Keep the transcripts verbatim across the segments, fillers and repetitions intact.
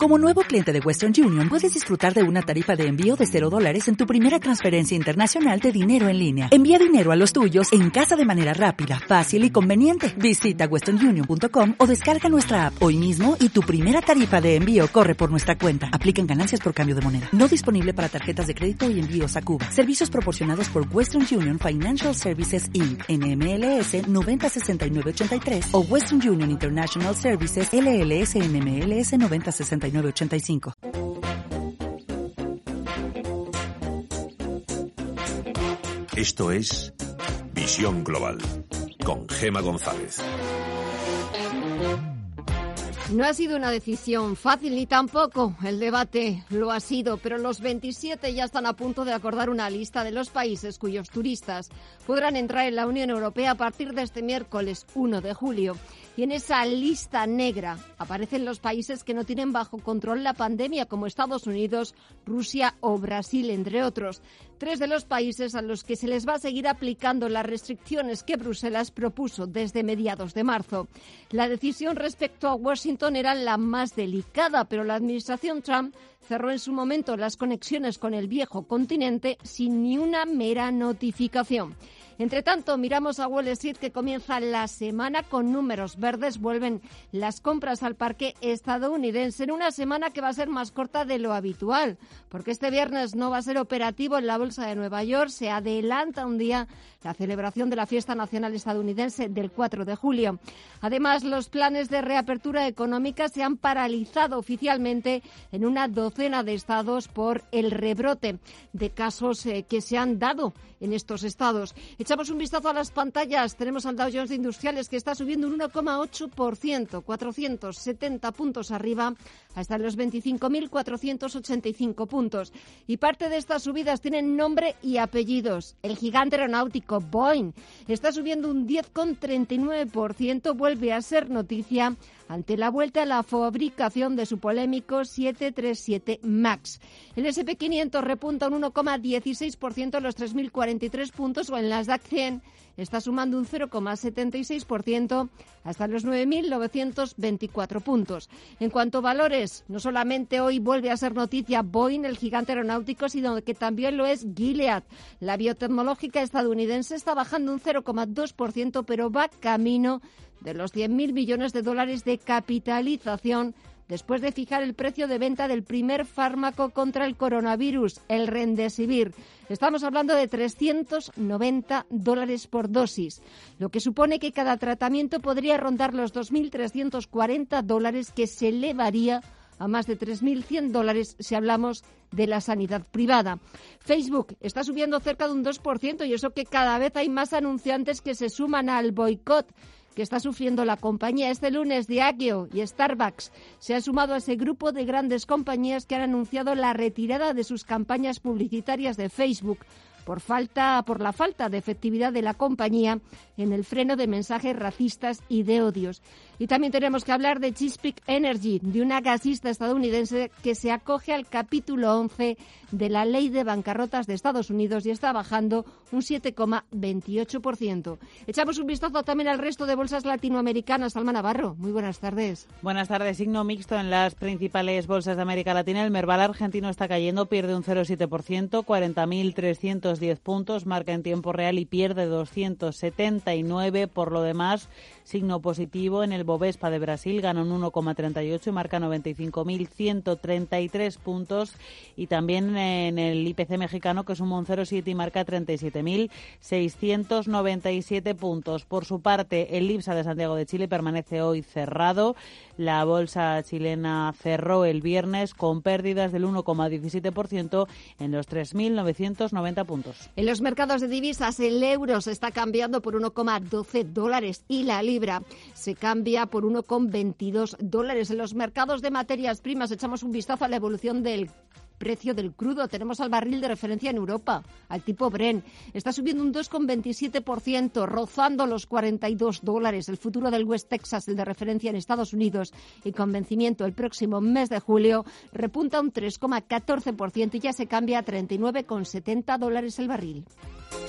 Como nuevo cliente de Western Union, puedes disfrutar de una tarifa de envío de cero dólares en tu primera transferencia internacional de dinero en línea. Envía dinero a los tuyos en casa de manera rápida, fácil y conveniente. Visita western union punto com o descarga nuestra app hoy mismo y tu primera tarifa de envío corre por nuestra cuenta. Aplican ganancias por cambio de moneda. No disponible para tarjetas de crédito y envíos a Cuba. Servicios proporcionados por Western Union Financial Services incorporated. N M L S noventa sesenta y nueve ochenta y tres o Western Union International Services L L S N M L S noventa sesenta y nueve ochenta y cinco. Esto es Visión Global con Gema González. No ha sido una decisión fácil ni tampoco el debate lo ha sido, pero los veintisiete ya están a punto de acordar una lista de los países cuyos turistas podrán entrar en la Unión Europea a partir de este miércoles uno de julio. Y en esa lista negra aparecen los países que no tienen bajo control la pandemia, como Estados Unidos, Rusia o Brasil, entre otros. Tres de los países a los que se les va a seguir aplicando las restricciones que Bruselas propuso desde mediados de marzo. La decisión respecto a Washington era la más delicada, pero la administración Trump cerró en su momento las conexiones con el viejo continente sin ni una mera notificación. Entre tanto, miramos a Wall Street, que comienza la semana con números verdes. Vuelven las compras al parque estadounidense en una semana que va a ser más corta de lo habitual, porque este viernes no va a ser operativo en la Bolsa de Nueva York. Se adelanta un día la celebración de la fiesta nacional estadounidense del cuatro de julio. Además, los planes de reapertura económica se han paralizado oficialmente en una docena de estados por el rebrote de casos eh, que se han dado en estos estados. Echamos un vistazo a las pantallas. Tenemos al Dow Jones de Industriales, que está subiendo un uno coma ocho por ciento, cuatrocientos setenta puntos arriba, hasta los veinticinco mil cuatrocientos ochenta y cinco puntos. Y parte de estas subidas tienen nombre y apellidos. El gigante aeronáutico Boeing está subiendo un diez coma treinta y nueve por ciento, vuelve a ser noticia ante la vuelta a la fabricación de su polémico siete treinta y siete MAX. El ese and pe quinientos repunta un uno coma dieciséis por ciento a los tres mil cuarenta y tres puntos, o en las Nasdaq cien está sumando un cero coma setenta y seis por ciento hasta los nueve mil novecientos veinticuatro puntos. En cuanto a valores, no solamente hoy vuelve a ser noticia Boeing, el gigante aeronáutico, sino que también lo es Gilead. La biotecnológica estadounidense está bajando un cero coma dos por ciento, pero va camino de los diez mil millones de dólares de capitalización después de fijar el precio de venta del primer fármaco contra el coronavirus, el Remdesivir. Estamos hablando de trescientos noventa dólares por dosis, lo que supone que cada tratamiento podría rondar los dos mil trescientos cuarenta dólares, que se elevaría a más de tres mil cien dólares si hablamos de la sanidad privada. Facebook está subiendo cerca de un dos por ciento, y eso que cada vez hay más anunciantes que se suman al boicot que está sufriendo la compañía. Este lunes, Diageo y Starbucks se han sumado a ese grupo de grandes compañías que han anunciado la retirada de sus campañas publicitarias de Facebook por falta, por la falta de efectividad de la compañía en el freno de mensajes racistas y de odios. Y también tenemos que hablar de Chesapeake Energy, de una gasista estadounidense que se acoge al capítulo once de la ley de bancarrotas de Estados Unidos y está bajando un siete coma veintiocho por ciento. Echamos un vistazo también al resto de bolsas latinoamericanas. Alma Navarro, muy buenas tardes. Buenas tardes. Signo mixto en las principales bolsas de América Latina. El Merval argentino está cayendo, pierde un cero coma siete por ciento, cuarenta mil trescientos diez puntos, marca en tiempo real y pierde doscientos setenta y nueve. Por lo demás, signo positivo en el Bovespa de Brasil, gana un uno coma treinta y ocho y marca noventa y cinco mil ciento treinta y tres puntos, y también en el I P C mexicano, que suma un cero coma siete y marca treinta y siete mil seiscientos noventa y siete puntos. Por su parte, el IPSA de Santiago de Chile permanece hoy cerrado. La bolsa chilena cerró el viernes con pérdidas del uno coma diecisiete por ciento en los tres mil novecientos noventa puntos. En los mercados de divisas, el euro se está cambiando por uno coma doce dólares y la libra se cambia por uno coma veintidós dólares. En los mercados de materias primas echamos un vistazo a la evolución del precio del crudo. Tenemos al barril de referencia en Europa, al tipo Brent. Está subiendo un dos coma veintisiete por ciento, rozando los cuarenta y dos dólares. El futuro del West Texas, el de referencia en Estados Unidos y con vencimiento el próximo mes de julio, repunta un tres coma catorce por ciento y ya se cambia a treinta y nueve coma setenta dólares el barril.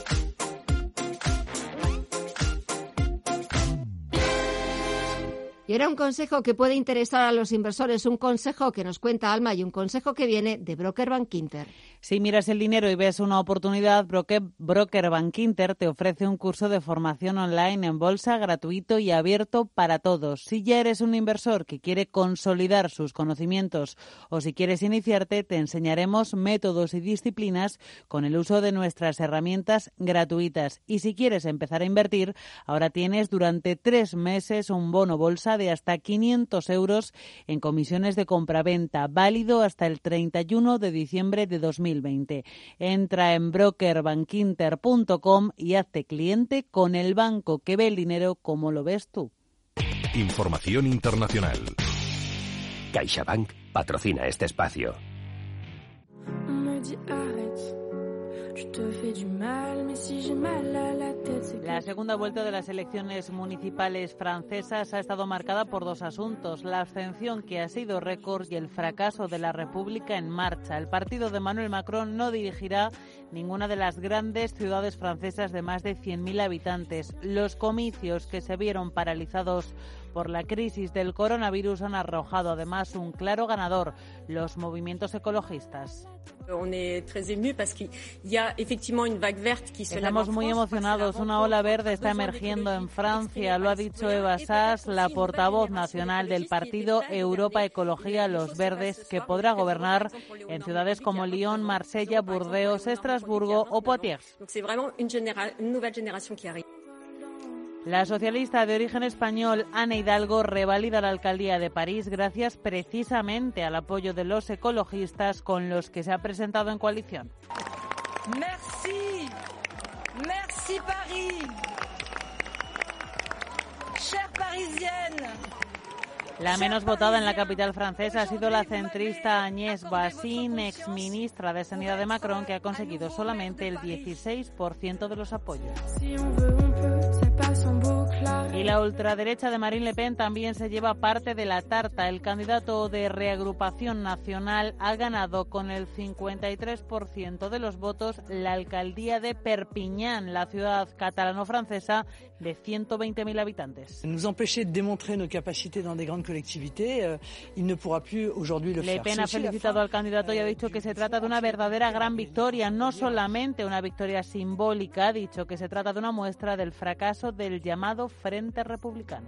Y Y era un consejo que puede interesar a los inversores, un consejo que nos cuenta Alma y un consejo que viene de Broker Bankinter. Si miras el dinero y ves una oportunidad, Broker, Broker Bankinter te ofrece un curso de formación online en bolsa gratuito y abierto para todos. Si ya eres un inversor que quiere consolidar sus conocimientos o si quieres iniciarte, te enseñaremos métodos y disciplinas con el uso de nuestras herramientas gratuitas. Y si quieres empezar a invertir, ahora tienes durante tres meses un bono bolsa de hasta quinientos euros en comisiones de compraventa, válido hasta el treinta y uno de diciembre de dos mil veinte. Entra en broker bankinter punto com y hazte cliente con el banco que ve el dinero como lo ves tú. Información internacional. CaixaBank patrocina este espacio. La segunda vuelta de las elecciones municipales francesas ha estado marcada por dos asuntos: la abstención, que ha sido récord, y el fracaso de la República en marcha. El partido de Emmanuel Macron no dirigirá ninguna de las grandes ciudades francesas de más de cien mil habitantes. Los comicios, que se vieron paralizados por la crisis del coronavirus, han arrojado además un claro ganador: los movimientos ecologistas. Estamos muy emocionados. Una ola verde está emergiendo en Francia, lo ha dicho Eva Sas, la portavoz nacional del partido Europa Ecología Los Verdes, que podrá gobernar en ciudades como Lyon, Marsella, Burdeos, Estrasburgo o Poitiers. La socialista de origen español Ana Hidalgo revalida la alcaldía de París gracias precisamente al apoyo de los ecologistas con los que se ha presentado en coalición. Merci, merci Paris, chère parisienne. La menos votada en la capital francesa ha sido la centrista Agnès Bazin, exministra de Sanidad de Macron, que ha conseguido solamente el dieciséis por ciento de los apoyos. Y la ultraderecha de Marine Le Pen también se lleva parte de la tarta. El candidato de Reagrupación Nacional ha ganado con el cincuenta y tres por ciento de los votos la alcaldía de Perpiñán, la ciudad catalano-francesa de ciento veinte mil habitantes. Nous empêcher de démontrer nos capacités dans des grandes collectivités, il ne pourra plus aujourd'hui le faire. Le Pen ha felicitado al candidato y ha dicho que se trata de una verdadera gran victoria, no solamente una victoria simbólica. Ha dicho que se trata de una muestra del fracaso del llamado Frente Republicano.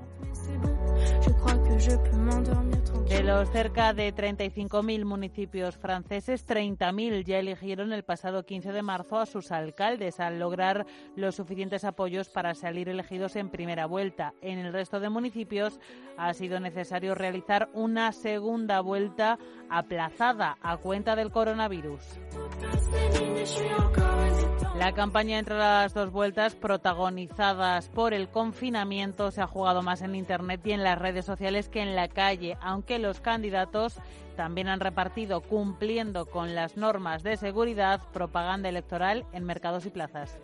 De los cerca de treinta y cinco mil municipios franceses, treinta mil ya eligieron el pasado quince de marzo a sus alcaldes, al lograr los suficientes apoyos para salir elegidos en primera vuelta. En el resto de municipios ha sido necesario realizar una segunda vuelta aplazada a cuenta del coronavirus. La campaña entre las dos vueltas, protagonizadas por el confinamiento, se ha jugado más en Internet y en las redes sociales que en la calle, aunque los candidatos también han repartido, cumpliendo con las normas de seguridad, propaganda electoral en mercados y plazas.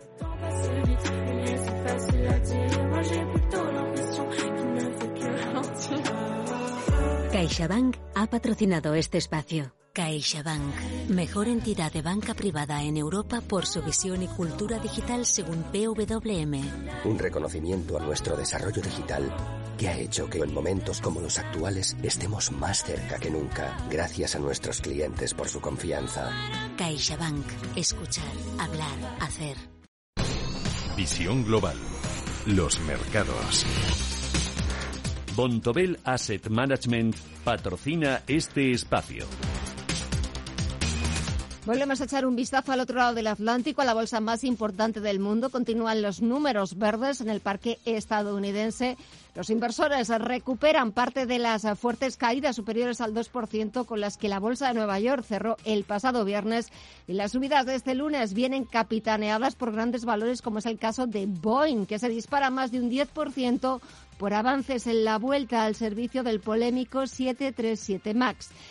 CaixaBank ha patrocinado este espacio. CaixaBank, mejor entidad de banca privada en Europa por su visión y cultura digital según P W M. Un reconocimiento a nuestro desarrollo digital que ha hecho que en momentos como los actuales estemos más cerca que nunca, gracias a nuestros clientes por su confianza. CaixaBank, escuchar, hablar, hacer. Visión global. Los mercados. Bontobel Asset Management patrocina este espacio. Volvemos a echar un vistazo al otro lado del Atlántico, a la bolsa más importante del mundo. Continúan los números verdes en el parque estadounidense. Los inversores recuperan parte de las fuertes caídas superiores al dos por ciento con las que la bolsa de Nueva York cerró el pasado viernes. Y las subidas de este lunes vienen capitaneadas por grandes valores, como es el caso de Boeing, que se dispara más de un diez por ciento por avances en la vuelta al servicio del polémico siete tres siete MAX.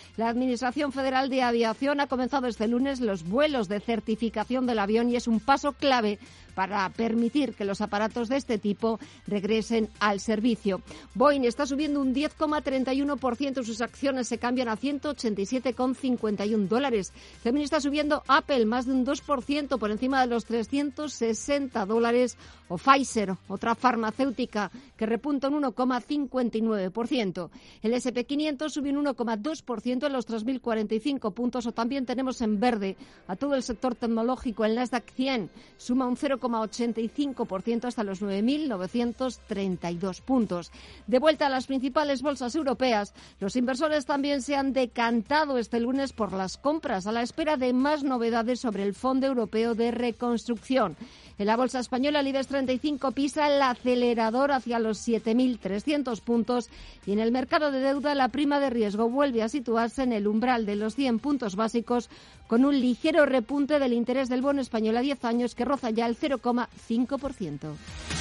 La Administración Federal de Aviación ha comenzado este lunes los vuelos de certificación del avión y es un paso clave para permitir que los aparatos de este tipo regresen al servicio. Boeing está subiendo un diez coma treinta y uno por ciento, sus acciones se cambian a ciento ochenta y siete coma cincuenta y uno dólares. También está subiendo Apple, más de un dos por ciento, por encima de los trescientos sesenta dólares, o Pfizer, otra farmacéutica, que repunta un uno coma cincuenta y nueve por ciento. El ese and pe quinientos sube un uno coma dos por ciento en los tres mil cuarenta y cinco puntos, o también tenemos en verde a todo el sector tecnológico. El Nasdaq cien suma un cero coma ochenta y cinco por ciento hasta los nueve mil novecientos treinta y dos puntos. De vuelta a las principales bolsas europeas, los inversores también se han decantado este lunes por las compras a la espera de más novedades sobre el Fondo Europeo de Reconstrucción. En la bolsa española, el IBEX treinta y cinco pisa el acelerador hacia los siete mil trescientos puntos y en el mercado de deuda la prima de riesgo vuelve a situarse en el umbral de los cien puntos básicos, con un ligero repunte del interés del bono español a diez años que roza ya el cero coma cinco por ciento.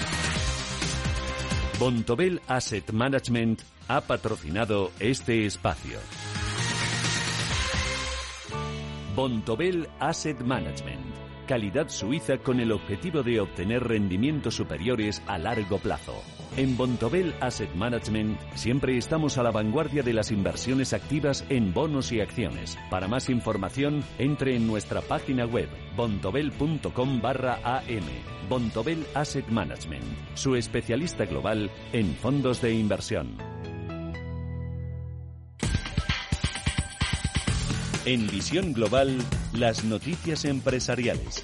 Bontobel Asset Management ha patrocinado este espacio. Bontobel Asset Management. Calidad suiza con el objetivo de obtener rendimientos superiores a largo plazo. En Bontobel Asset Management siempre estamos a la vanguardia de las inversiones activas en bonos y acciones. Para más información, entre en nuestra página web bontobel punto com barra a m. Bontobel Asset Management, su especialista global en fondos de inversión. En Visión Global, las noticias empresariales.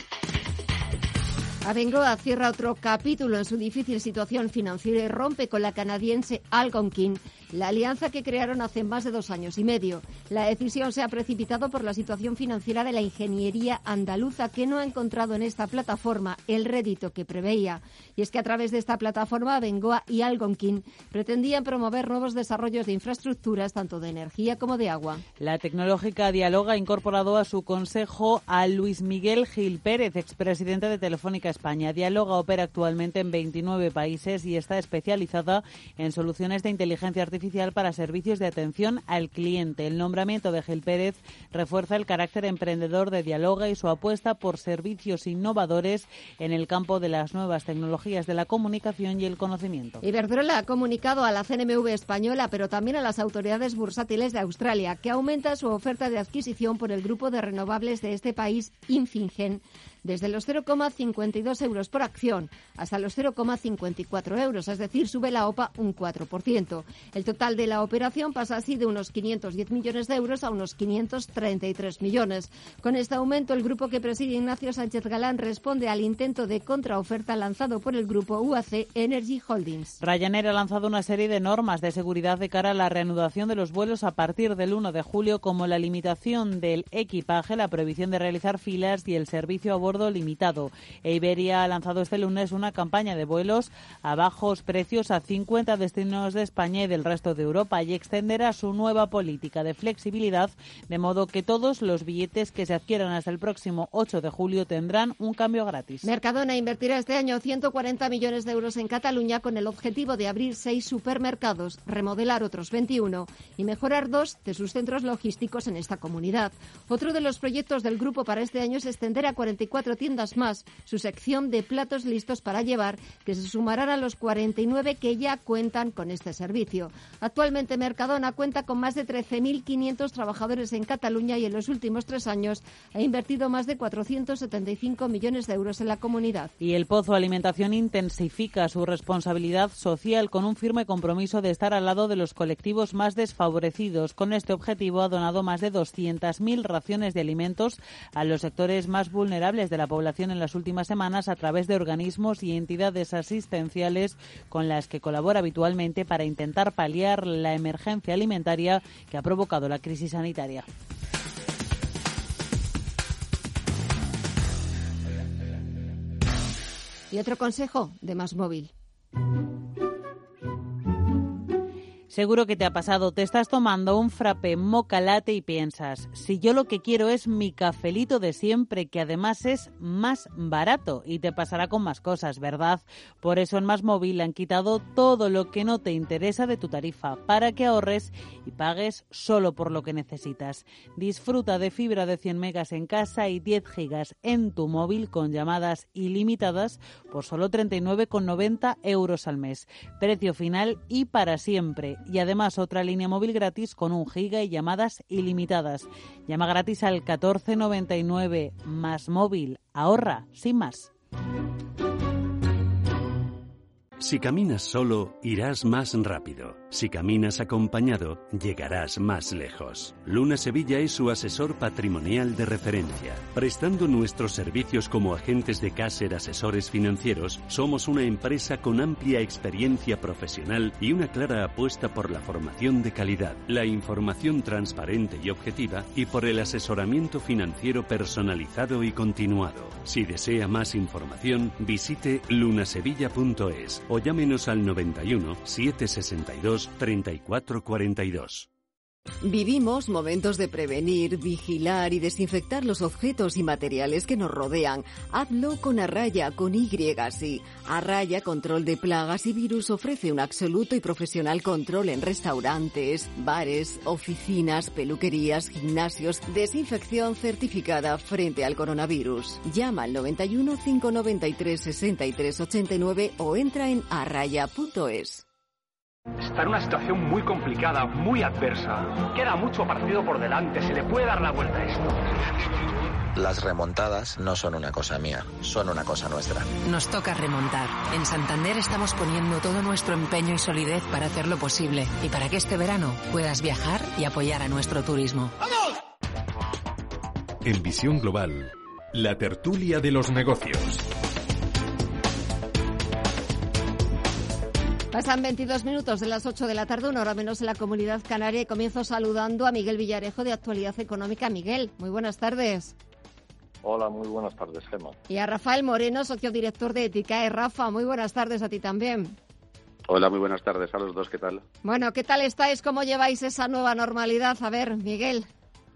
Abengoa cierra otro capítulo en su difícil situación financiera y rompe con la canadiense Algonquin, la alianza que crearon hace más de dos años y medio. La decisión se ha precipitado por la situación financiera de la ingeniería andaluza, que no ha encontrado en esta plataforma el rédito que preveía. Y es que a través de esta plataforma, Abengoa y Algonquin pretendían promover nuevos desarrollos de infraestructuras, tanto de energía como de agua. La tecnológica Dialoga ha incorporado a su consejo a Luis Miguel Gil Pérez, expresidente de Telefónica España. Dialoga opera actualmente en veintinueve países y está especializada en soluciones de inteligencia artificial para servicios de atención al cliente. El nombramiento de Gil Pérez refuerza el carácter emprendedor de Dialoga y su apuesta por servicios innovadores en el campo de las nuevas tecnologías de la comunicación y el conocimiento. Iberdrola ha comunicado a la C N M V española, pero también a las autoridades bursátiles de Australia, que aumenta su oferta de adquisición por el grupo de renovables de este país, Infingen, desde los cero coma cincuenta y dos euros por acción hasta los cero coma cincuenta y cuatro euros, es decir, sube la O P A un cuatro por ciento. El total de la operación pasa así de unos quinientos diez millones de euros a unos quinientos treinta y tres millones. Con este aumento, el grupo que preside Ignacio Sánchez Galán responde al intento de contraoferta lanzado por el grupo U A C Energy Holdings. Ryanair ha lanzado una serie de normas de seguridad de cara a la reanudación de los vuelos a partir del uno de julio, como la limitación del equipaje, la prohibición de realizar filas y el servicio a bordo limitado. E Iberia ha lanzado este lunes una campaña de vuelos a bajos precios a cincuenta destinos de España y del resto de Europa y extenderá su nueva política de flexibilidad, de modo que todos los billetes que se adquieran hasta el próximo ocho de julio tendrán un cambio gratis. Mercadona invertirá este año ciento cuarenta millones de euros en Cataluña con el objetivo de abrir seis supermercados, remodelar otros veintiuno y mejorar dos de sus centros logísticos en esta comunidad. Otro de los proyectos del grupo para este año es extender a cuarenta y cuatro tiendas más su sección de platos listos para llevar, que se sumarán a los cuarenta y nueve que ya cuentan con este servicio. Actualmente Mercadona cuenta con más de trece mil quinientos trabajadores en Cataluña y en los últimos tres años ha invertido más de cuatrocientos setenta y cinco millones de euros en la comunidad. Y el Pozo Alimentación intensifica su responsabilidad social con un firme compromiso de estar al lado de los colectivos más desfavorecidos. Con este objetivo ha donado más de doscientas mil raciones de alimentos a los sectores más vulnerables de la población en las últimas semanas a través de organismos y entidades asistenciales con las que colabora habitualmente para intentar paliar la emergencia alimentaria que ha provocado la crisis sanitaria. Y otro consejo de MásMóvil. Seguro que te ha pasado, te estás tomando un frappé mocha latte y piensas, si yo lo que quiero es mi cafelito de siempre, que además es más barato, y te pasará con más cosas, ¿verdad? Por eso en MásMóvil han quitado todo lo que no te interesa de tu tarifa, para que ahorres y pagues solo por lo que necesitas. Disfruta de fibra de cien megas en casa y diez gigas en tu móvil con llamadas ilimitadas por solo treinta y nueve con noventa euros al mes. Precio final y para siempre. Y además otra línea móvil gratis con un giga y llamadas ilimitadas. Llama gratis al catorce noventa y nueve. MásMóvil. Ahorra sin más. Si caminas solo, irás más rápido. Si caminas acompañado, llegarás más lejos. Luna Sevilla es su asesor patrimonial de referencia. Prestando nuestros servicios como agentes de Caser Asesores Financieros, somos una empresa con amplia experiencia profesional y una clara apuesta por la formación de calidad, la información transparente y objetiva y por el asesoramiento financiero personalizado y continuado. Si desea más información, visite lunasevilla punto es o llámenos al noventa y uno, setecientos sesenta y dos, treinta y cuatro cuarenta y dos. Vivimos momentos de prevenir, vigilar y desinfectar los objetos y materiales que nos rodean. Hazlo con Arraya, con Y, sí. Arraya Control de Plagas y Virus ofrece un absoluto y profesional control en restaurantes, bares, oficinas, peluquerías, gimnasios, desinfección certificada frente al coronavirus. Llama al noventa y uno, cinco noventa y tres, sesenta y tres ochenta y nueve o entra en arraya punto es. Está en una situación muy complicada, muy adversa. Queda mucho partido por delante, se le puede dar la vuelta a esto. Las remontadas no son una cosa mía, son una cosa nuestra. Nos toca remontar. En Santander estamos poniendo todo nuestro empeño y solidez para hacerlo posible y para que este verano puedas viajar y apoyar a nuestro turismo. ¡Vamos! En Visión Global, la tertulia de los negocios. Pasan veintidós minutos de las ocho de la tarde, una hora menos en la Comunidad Canaria, y comienzo saludando a Miguel Villarejo de Actualidad Económica. Miguel, muy buenas tardes. Hola, muy buenas tardes, Gemma. Y a Rafael Moreno, socio director de Eticae. Rafa, muy buenas tardes a ti también. Hola, muy buenas tardes a los dos, ¿qué tal? Bueno, ¿qué tal estáis? ¿Cómo lleváis esa nueva normalidad? A ver, Miguel.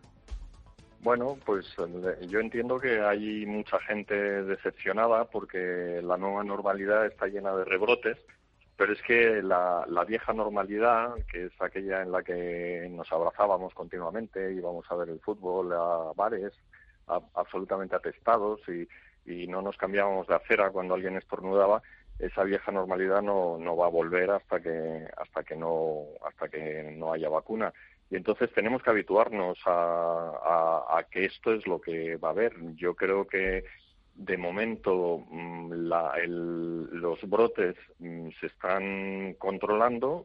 Bueno, pues yo entiendo que hay mucha gente decepcionada porque la nueva normalidad está llena de rebrotes. Pero es que la, la vieja normalidad, que es aquella en la que nos abrazábamos continuamente, íbamos a ver el fútbol a bares a, absolutamente atestados y, y no nos cambiábamos de acera cuando alguien estornudaba, esa vieja normalidad no, no va a volver hasta que hasta que no hasta que no haya vacuna. Y entonces tenemos que habituarnos a, a, a que esto es lo que va a haber. Yo creo que de momento la, el, los brotes se están controlando.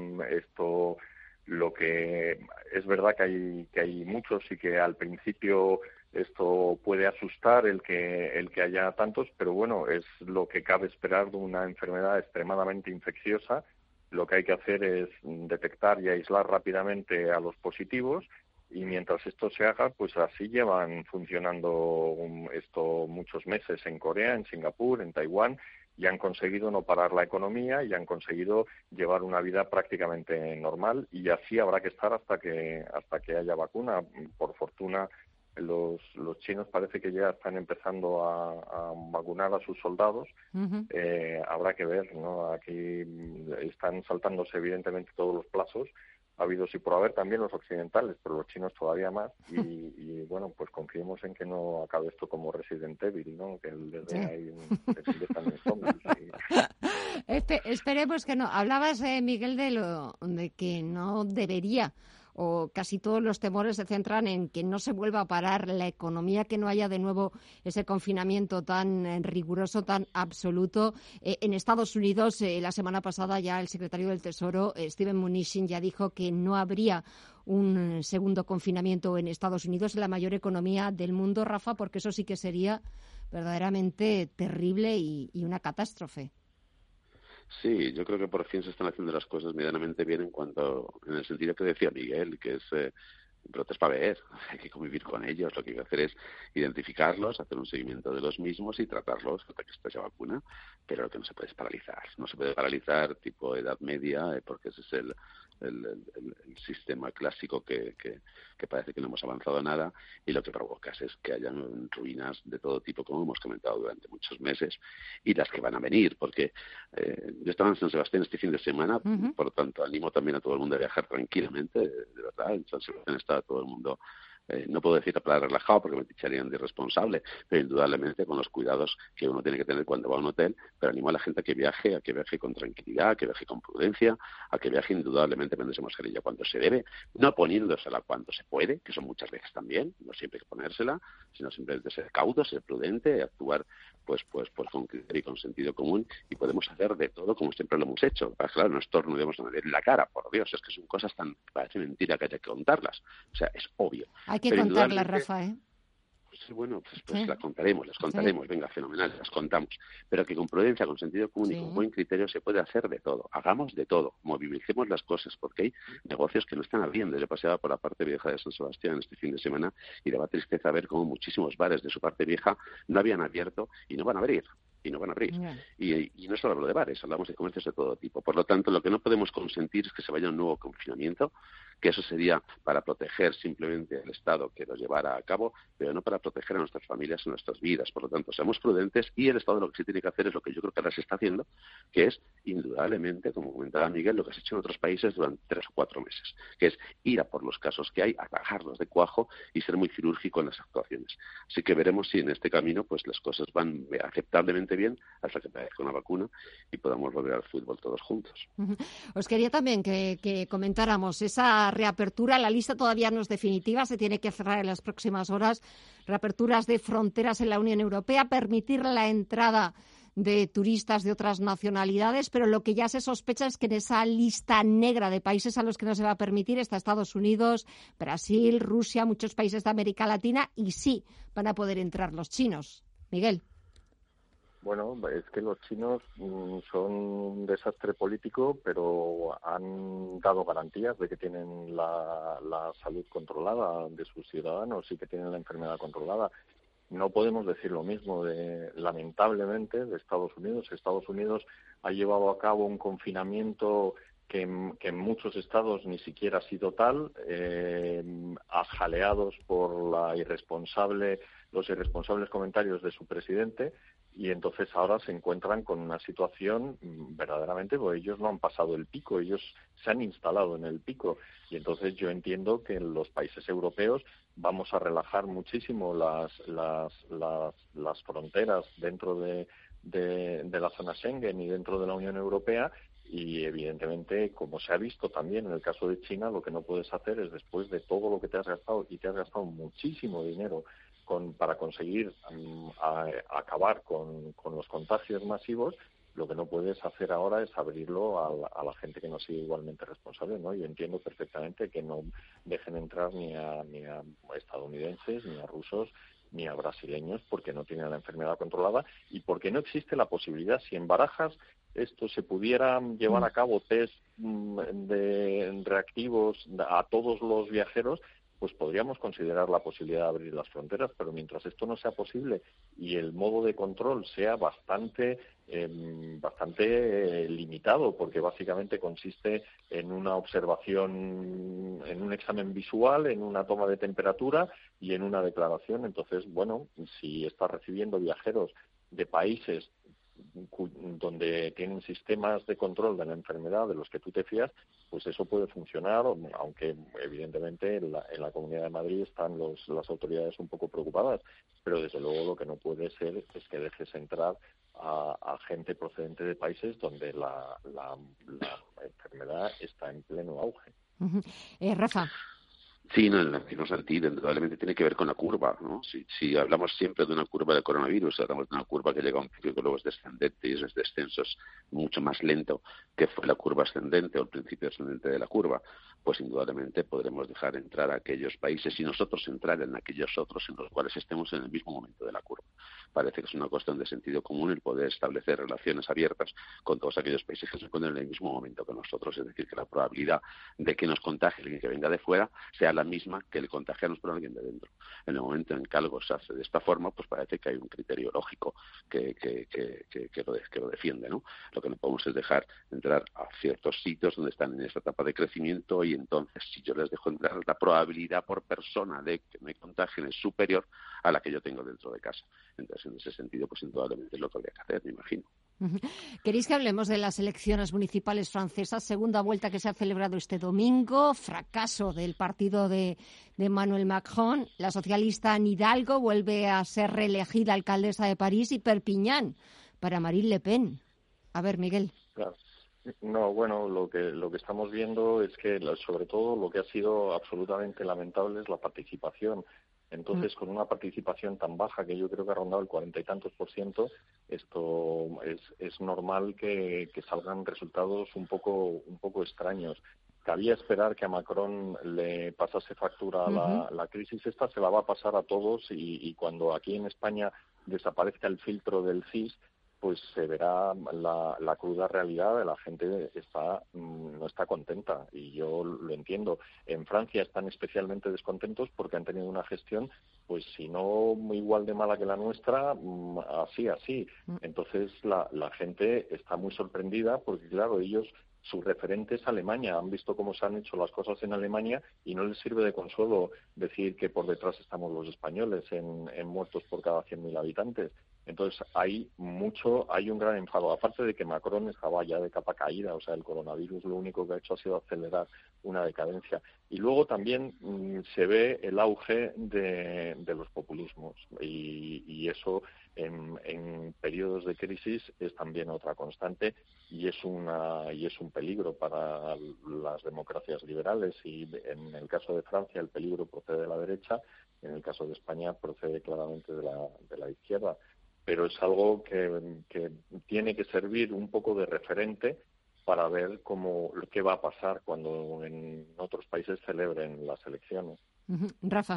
Esto, lo que es verdad que hay que hay muchos y que al principio esto puede asustar el que el que haya tantos, pero bueno, es lo que cabe esperar de una enfermedad extremadamente infecciosa. Lo que hay que hacer es detectar y aislar rápidamente a los positivos. Y mientras esto se haga, pues así llevan funcionando esto muchos meses en Corea, en Singapur, en Taiwán, y han conseguido no parar la economía y han conseguido llevar una vida prácticamente normal, y así habrá que estar hasta que hasta que haya vacuna. Por fortuna, los los chinos parece que ya están empezando a, a vacunar a sus soldados. Uh-huh. Eh, habrá que ver, ¿no? Aquí están saltándose evidentemente todos los plazos. Ha habido sí por haber también los occidentales, pero los chinos todavía más. Y, y bueno, pues confiemos en que no acabe esto como Resident Evil, ¿no? Que desde sí. ahí se conviertan en zombies. Y... Espe- esperemos que no. Hablabas, eh, Miguel, de lo de que no debería, o casi todos los temores se centran en que no se vuelva a parar la economía, que no haya de nuevo ese confinamiento tan eh, riguroso, tan absoluto. Eh, en Estados Unidos, eh, la semana pasada ya el secretario del Tesoro, eh, Steven Mnuchin, ya dijo que no habría un eh, segundo confinamiento en Estados Unidos, la mayor economía del mundo, Rafa, porque eso sí que sería verdaderamente terrible y, y una catástrofe. Sí, yo creo que por fin se están haciendo las cosas medianamente bien en cuanto, en el sentido que decía Miguel, que es eh, brotes para ver, hay que convivir con ellos, lo que hay que hacer es identificarlos, hacer un seguimiento de los mismos y tratarlos hasta que esté la vacuna, pero lo que no se puede es paralizar, no se puede paralizar tipo edad media, eh, porque ese es el, el, el, el sistema clásico que, que, que parece que no hemos avanzado nada, y lo que provoca es que hayan ruinas de todo tipo, como hemos comentado durante muchos meses, y las que van a venir, porque eh, yo estaba en San Sebastián este fin de semana, uh-huh. por lo tanto animo también a todo el mundo a viajar tranquilamente, de verdad, en San Sebastián está todo el mundo, eh, no puedo decir la palabra relajado porque me ticharían de irresponsable, pero indudablemente con los cuidados que uno tiene que tener cuando va a un hotel, pero animo a la gente a que viaje, a que viaje con tranquilidad, a que viaje con prudencia, a que viaje indudablemente poniéndose mascarilla cuando se debe, no poniéndosela cuando se puede, que son muchas veces también, no siempre hay que ponérsela, sino simplemente ser cauto, ser prudente, actuar pues pues pues con criterio y con sentido común, y podemos hacer de todo como siempre lo hemos hecho. Claro, no estornudemos a nadie en la cara, por Dios, es que son cosas tan, parece mentira que haya que contarlas, o sea, es obvio. Hay que Pero contarlas, Rafa, ¿eh? Sí, bueno, pues, pues sí. las contaremos, las contaremos, sí. Venga, fenomenal, las contamos. Pero que con prudencia, con sentido común sí. y con buen criterio se puede hacer de todo. Hagamos de todo, movilicemos las cosas, porque hay negocios que no están abriendo. Yo paseaba por la parte vieja de San Sebastián este fin de semana y daba tristeza ver cómo muchísimos bares de su parte vieja no habían abierto y no van a abrir. y no van a abrir. Yeah. Y, y no solo hablo de bares, hablamos de comercios de todo tipo. Por lo tanto, lo que no podemos consentir es que se vaya a un nuevo confinamiento, que eso sería para proteger simplemente al Estado que lo llevara a cabo, pero no para proteger a nuestras familias y nuestras vidas. Por lo tanto, seamos prudentes, y el Estado lo que sí tiene que hacer es lo que yo creo que ahora se está haciendo, que es, indudablemente, como comentaba Miguel, lo que se ha hecho en otros países durante tres o cuatro meses, que es ir a por los casos que hay, atajarlos de cuajo y ser muy quirúrgico en las actuaciones. Así que veremos si en este camino pues las cosas van aceptablemente bien hasta que aparezca una vacuna y podamos volver al fútbol todos juntos. Os quería también que, que comentáramos esa reapertura. La lista todavía no es definitiva, se tiene que cerrar en las próximas horas. Reaperturas de fronteras en la Unión Europea, permitir la entrada de turistas de otras nacionalidades, pero lo que ya se sospecha es que en esa lista negra de países a los que no se va a permitir está Estados Unidos, Brasil, Rusia, muchos países de América Latina, y sí van a poder entrar los chinos. Miguel. Bueno, es que los chinos mmm, son un desastre político, pero han dado garantías de que tienen la, la salud controlada de sus ciudadanos y que tienen la enfermedad controlada. No podemos decir lo mismo, de, lamentablemente, de Estados Unidos. Estados Unidos ha llevado a cabo un confinamiento que, que en muchos estados ni siquiera ha sido tal, eh, ajaleados por la irresponsable, los irresponsables comentarios de su presidente, y entonces ahora se encuentran con una situación verdaderamente, porque ellos no han pasado el pico, ellos se han instalado en el pico, y entonces yo entiendo que en los países europeos vamos a relajar muchísimo las las las, las fronteras dentro de, de, de la zona Schengen y dentro de la Unión Europea, y evidentemente, como se ha visto también en el caso de China, lo que no puedes hacer es, después de todo lo que te has gastado, y te has gastado muchísimo dinero Con, para conseguir um, a, a acabar con, con los contagios masivos, lo que no puedes hacer ahora es abrirlo a la, a la gente que no sea igualmente responsable, ¿no? Yo entiendo perfectamente que no dejen entrar ni a, ni a estadounidenses, ni a rusos, ni a brasileños, porque no tienen la enfermedad controlada y porque no existe la posibilidad. Si en Barajas esto se pudiera llevar a cabo test de reactivos a todos los viajeros, pues podríamos considerar la posibilidad de abrir las fronteras, pero mientras esto no sea posible y el modo de control sea bastante eh, bastante eh, limitado, porque básicamente consiste en una observación, en un examen visual, en una toma de temperatura y en una declaración. Entonces, bueno, si estás recibiendo viajeros de países donde tienen sistemas de control de la enfermedad de los que tú te fías, pues eso puede funcionar, aunque evidentemente en la, en la Comunidad de Madrid están los, las autoridades un poco preocupadas, pero desde luego lo que no puede ser es que dejes entrar a, a gente procedente de países donde la, la, la enfermedad está en pleno auge. Uh-huh. Eh, Rafa. Sí, no, el no sentido, indudablemente tiene que ver con la curva, ¿no? Si, si hablamos siempre de una curva de coronavirus, hablamos de una curva que llega a un pico que luego es descendente, y ese descenso es mucho más lento que fue la curva ascendente o el principio ascendente de la curva, pues indudablemente podremos dejar entrar a aquellos países y nosotros entrar en aquellos otros en los cuales estemos en el mismo momento de la curva. Parece que es una cuestión de sentido común el poder establecer relaciones abiertas con todos aquellos países que se encuentran en el mismo momento que nosotros, es decir, que la probabilidad de que nos contagie alguien que venga de fuera sea sea la misma que el contagiarnos por alguien de dentro. En el momento en que algo se hace de esta forma, pues parece que hay un criterio lógico que, que, que, que, que, lo, que lo defiende, ¿no? Lo que no podemos es dejar entrar a ciertos sitios donde están en esta etapa de crecimiento, y entonces si yo les dejo entrar, la probabilidad por persona de que me contagien es superior a la que yo tengo dentro de casa. Entonces, en ese sentido, pues indudablemente es lo que habría que hacer, me imagino. ¿Queréis que hablemos de las elecciones municipales francesas? Segunda vuelta que se ha celebrado este domingo, fracaso del partido de, de Emmanuel Macron. La socialista Anne Hidalgo vuelve a ser reelegida alcaldesa de París, y Perpiñán para Marine Le Pen. A ver, Miguel. Claro. No, bueno, lo que lo que estamos viendo es que, sobre todo, lo que ha sido absolutamente lamentable es la participación. Entonces, con una participación tan baja, que yo creo que ha rondado el cuarenta y tantos por ciento, esto es, es normal que, que salgan resultados un poco un poco extraños. Cabía esperar que a Macron le pasase factura a la, uh-huh. la crisis. Esta se la va a pasar a todos, y, y cuando aquí en España desaparezca el filtro del C I S, pues se verá la, la cruda realidad de la gente. Está no está contenta, y yo lo entiendo. En Francia están especialmente descontentos porque han tenido una gestión, pues si no igual de mala que la nuestra, así, así. Entonces la, la gente está muy sorprendida porque, claro, ellos, su referente es Alemania, han visto cómo se han hecho las cosas en Alemania y no les sirve de consuelo decir que por detrás estamos los españoles en, en muertos por cada cien mil habitantes. Entonces hay mucho, hay un gran enfado, aparte de que Macron estaba ya de capa caída, o sea, el coronavirus lo único que ha hecho ha sido acelerar una decadencia. Y luego también mmm, se ve el auge de, de los populismos, y, y eso en, en periodos de crisis es también otra constante, y es una y es un peligro para las democracias liberales. Y en el caso de Francia el peligro procede de la derecha, en el caso de España procede claramente de la, de la izquierda. Pero es algo que, que tiene que servir un poco de referente para ver cómo qué va a pasar cuando en otros países celebren las elecciones. Uh-huh. Rafa.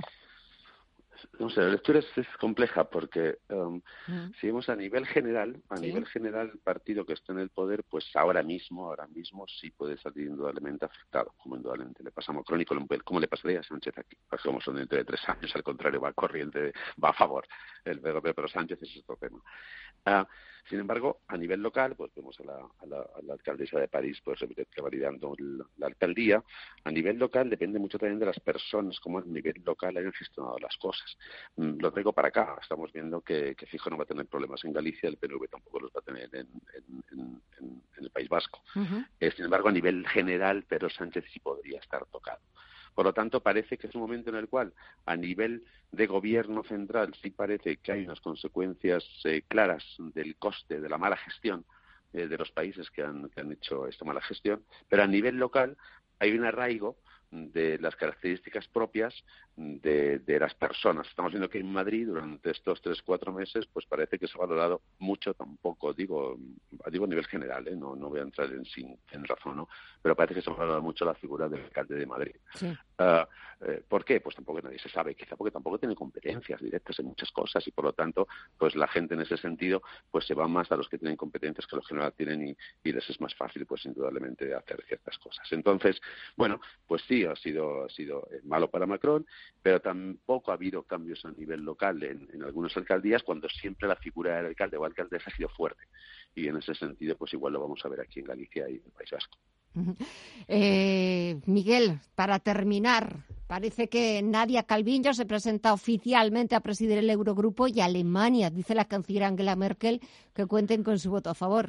No sé, la lectura es, es compleja porque um, uh-huh. si vemos a nivel general, a ¿Sí? nivel general, el partido que está en el poder, pues ahora mismo, ahora mismo sí puede salir indudablemente afectado, como indudablemente le pasa a Macron y como le pasaría a Sánchez aquí. Porque como son dentro de tres años, al contrario, va corriente, va a favor el P P, pero Sánchez es otro tema. Uh, sin embargo, a nivel local, pues vemos a la, a la, a la alcaldesa de París, pues que validando la, la alcaldía. A nivel local depende mucho también de las personas, cómo a nivel local hayan gestionado las cosas. Mm, lo traigo para acá. Estamos viendo que, que Fijo no va a tener problemas en Galicia, el P N V tampoco los va a tener en, en, en, en, en el País Vasco. Uh-huh. Eh, sin embargo, a nivel general, Pedro Sánchez sí podría estar tocado. Por lo tanto, parece que es un momento en el cual, a nivel de gobierno central, sí parece que hay unas consecuencias eh, claras del coste de la mala gestión eh, de los países que han, que han hecho esta mala gestión, pero a nivel local hay un arraigo de las características propias de, de las personas. Estamos viendo que en Madrid durante estos tres, cuatro meses pues parece que se ha valorado mucho, tampoco digo digo a nivel general, ¿eh? no, no voy a entrar en, sin, en razón, ¿no? Pero parece que se ha valorado mucho la figura del alcalde de Madrid. Sí. Uh, eh, ¿Por qué? Pues tampoco nadie se sabe, quizá porque tampoco tiene competencias directas en muchas cosas y por lo tanto pues la gente en ese sentido pues se va más a los que tienen competencias que los que no la tienen y, y les es más fácil pues indudablemente hacer ciertas cosas. Entonces, bueno, pues sí, ha sido ha sido malo para Macron, pero tampoco ha habido cambios a nivel local en, en algunas alcaldías cuando siempre la figura del alcalde o alcaldesa ha sido fuerte. Y en ese sentido, pues igual lo vamos a ver aquí en Galicia y en el País Vasco. Eh, Miguel, para terminar, parece que Nadia Calviño se presenta oficialmente a presidir el Eurogrupo y Alemania, dice la canciller Angela Merkel, que cuenten con su voto a favor.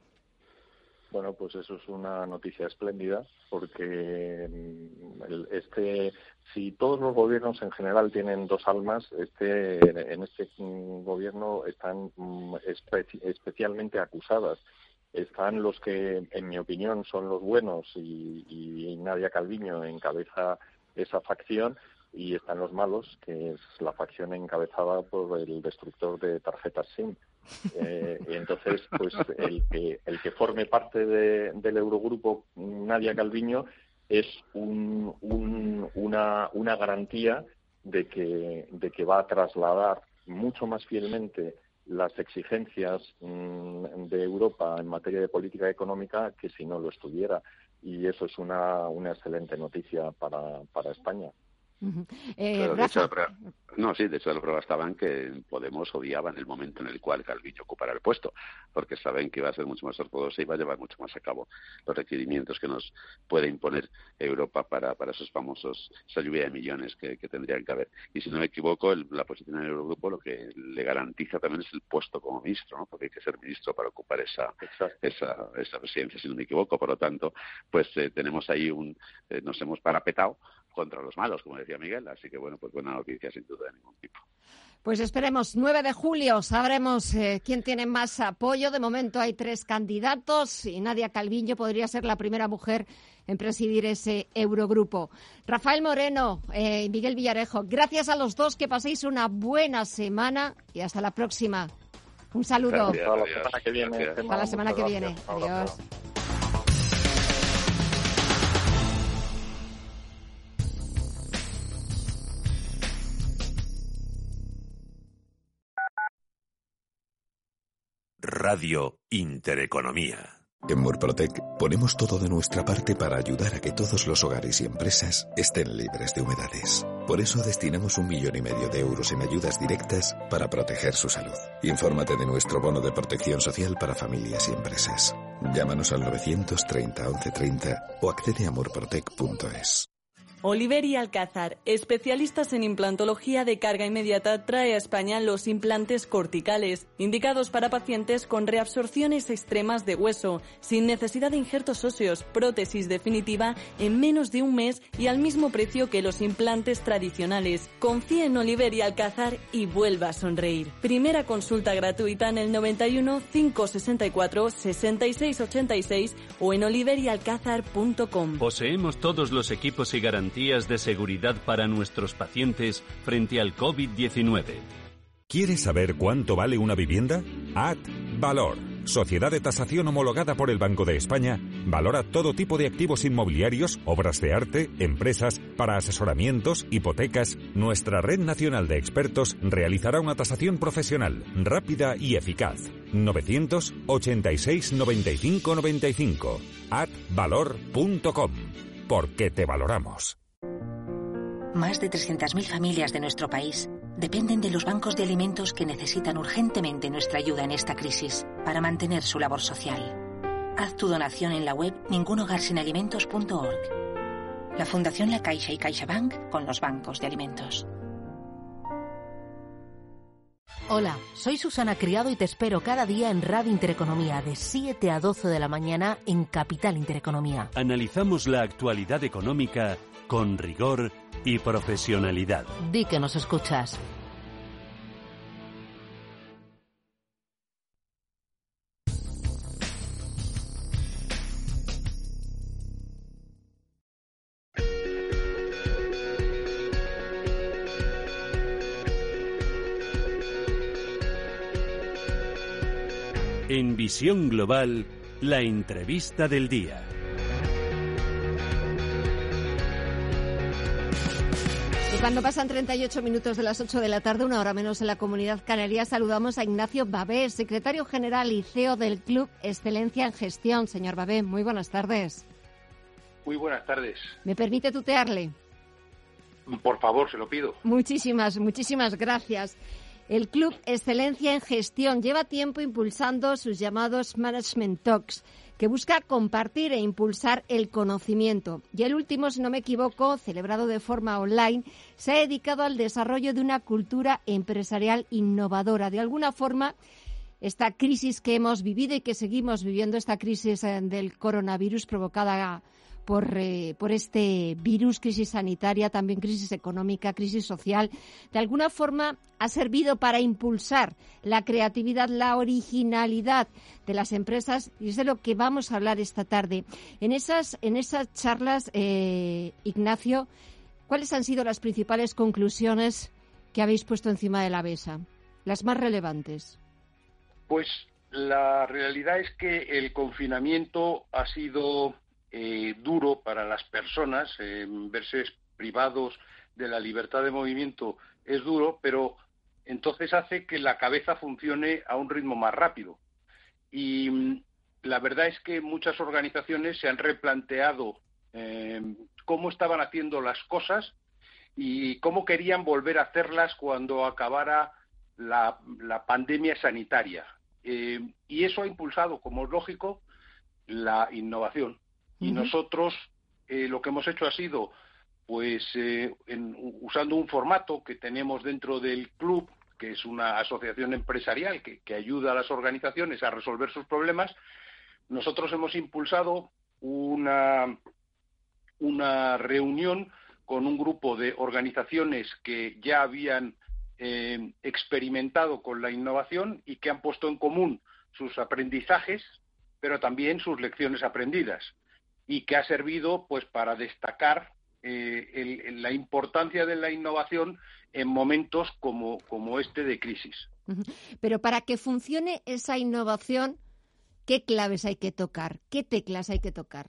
Bueno, pues eso es una noticia espléndida, porque este, si todos los gobiernos en general tienen dos almas, este, en este gobierno están espe- especialmente acusadas. Están los que, en mi opinión, son los buenos y, y Nadia Calviño encabeza esa facción, y están los malos, que es la facción encabezada por el destructor de tarjetas SIM. Eh, y entonces, pues el que el que forme parte de, del Eurogrupo, Nadia Calviño, es un, un, una, una garantía de que de que va a trasladar mucho más fielmente las exigencias mmm, de Europa en materia de política económica que si no lo estuviera, y eso es una, una excelente noticia para, para España. Uh-huh. Eh, claro, de Rafa. hecho, la prueba, no, sí, de hecho la prueba estaba en que Podemos odiaba en el momento en el cual Calviño ocupara el puesto, porque saben que iba a ser mucho más ortodoxa y va a llevar mucho más a cabo los requerimientos que nos puede imponer Europa para, para esos famosos, esa lluvia de millones que, que tendrían que haber. Y si no me equivoco, el, la posición en el Eurogrupo lo que le garantiza también es el puesto como ministro, ¿no? Porque hay que ser ministro para ocupar esa, esa, esa presidencia, si no me equivoco. Por lo tanto, pues eh, tenemos ahí un, eh, nos hemos parapetado contra los malos, como decía Miguel, así que bueno, pues buena noticia sin duda de ningún tipo. Pues esperemos, nueve de julio sabremos eh, quién tiene más apoyo. De momento hay tres candidatos y Nadia Calviño podría ser la primera mujer en presidir ese Eurogrupo. Rafael Moreno y eh, Miguel Villarejo, gracias a los dos, que paséis una buena semana y hasta la próxima. Un saludo. Hasta la semana que viene. Hasta la semana que viene. Adiós. Radio Intereconomía. En Murprotec ponemos todo de nuestra parte para ayudar a que todos los hogares y empresas estén libres de humedades. Por eso destinamos un millón y medio de euros en ayudas directas para proteger su salud. Infórmate de nuestro bono de protección social para familias y empresas. Llámanos al novecientos treinta once treinta o accede a murprotec punto es. Oliver y Alcázar, especialistas en implantología de carga inmediata, trae a España los implantes corticales, indicados para pacientes con reabsorciones extremas de hueso, sin necesidad de injertos óseos, prótesis definitiva en menos de un mes y al mismo precio que los implantes tradicionales. Confía en Oliver y Alcázar y vuelva a sonreír. Primera consulta gratuita en el noventa y uno, cinco sesenta y cuatro, sesenta y seis ochenta y seis o en oliver y alcázar punto com. Poseemos todos los equipos y garantías de seguridad para nuestros pacientes frente al COVID diecinueve. ¿Quieres saber cuánto vale una vivienda? Advalor, sociedad de tasación homologada por el Banco de España, valora todo tipo de activos inmobiliarios, obras de arte, empresas, para asesoramientos, hipotecas. Nuestra red nacional de expertos realizará una tasación profesional, rápida y eficaz. novecientos ochenta y seis noventa y cinco noventa y cinco. advalor punto com. Porque te valoramos. Más de trescientas mil familias de nuestro país dependen de los bancos de alimentos que necesitan urgentemente nuestra ayuda en esta crisis para mantener su labor social. Haz tu donación en la web ningunhogarsinalimentos punto org. La Fundación La Caixa y CaixaBank con los bancos de alimentos. Hola, soy Susana Criado y te espero cada día en Radio Intereconomía de siete a doce de la mañana en Capital Intereconomía. Analizamos la actualidad económica con rigor y profesionalidad. Di que nos escuchas. En Visión Global, la entrevista del día. Y cuando pasan treinta y ocho minutos de las ocho de la tarde, una hora menos en la Comunidad Canaria, saludamos a Ignacio Babé, secretario general y C E O del Club Excelencia en Gestión. Señor Babé, muy buenas tardes. Muy buenas tardes. ¿Me permite tutearle? Por favor, se lo pido. Muchísimas, muchísimas gracias. El Club Excelencia en Gestión lleva tiempo impulsando sus llamados Management Talks, que busca compartir e impulsar el conocimiento. Y el último, si no me equivoco, celebrado de forma online, se ha dedicado al desarrollo de una cultura empresarial innovadora. De alguna forma, esta crisis que hemos vivido y que seguimos viviendo, esta crisis del coronavirus provocada Por, eh, por este virus, crisis sanitaria, también crisis económica, crisis social, de alguna forma ha servido para impulsar la creatividad, la originalidad de las empresas, y es de lo que vamos a hablar esta tarde. En esas, en esas charlas, eh, Ignacio, ¿cuáles han sido las principales conclusiones que habéis puesto encima de la mesa? Las más relevantes. Pues la realidad es que el confinamiento ha sido Eh, duro para las personas, eh, verse privados de la libertad de movimiento es duro, pero entonces hace que la cabeza funcione a un ritmo más rápido. Y mm, la verdad es que muchas organizaciones se han replanteado eh, cómo estaban haciendo las cosas y cómo querían volver a hacerlas cuando acabara la, la pandemia sanitaria. Eh, y eso ha impulsado, como es lógico, la innovación. Y uh-huh. nosotros eh, lo que hemos hecho ha sido, pues, eh, en, usando un formato que tenemos dentro del club, que es una asociación empresarial que, que ayuda a las organizaciones a resolver sus problemas, nosotros hemos impulsado una, una reunión con un grupo de organizaciones que ya habían eh, experimentado con la innovación y que han puesto en común sus aprendizajes, pero también sus lecciones aprendidas, y que ha servido pues para destacar eh, el, la importancia de la innovación en momentos como, como este de crisis. Pero para que funcione esa innovación, ¿qué claves hay que tocar? ¿Qué teclas hay que tocar?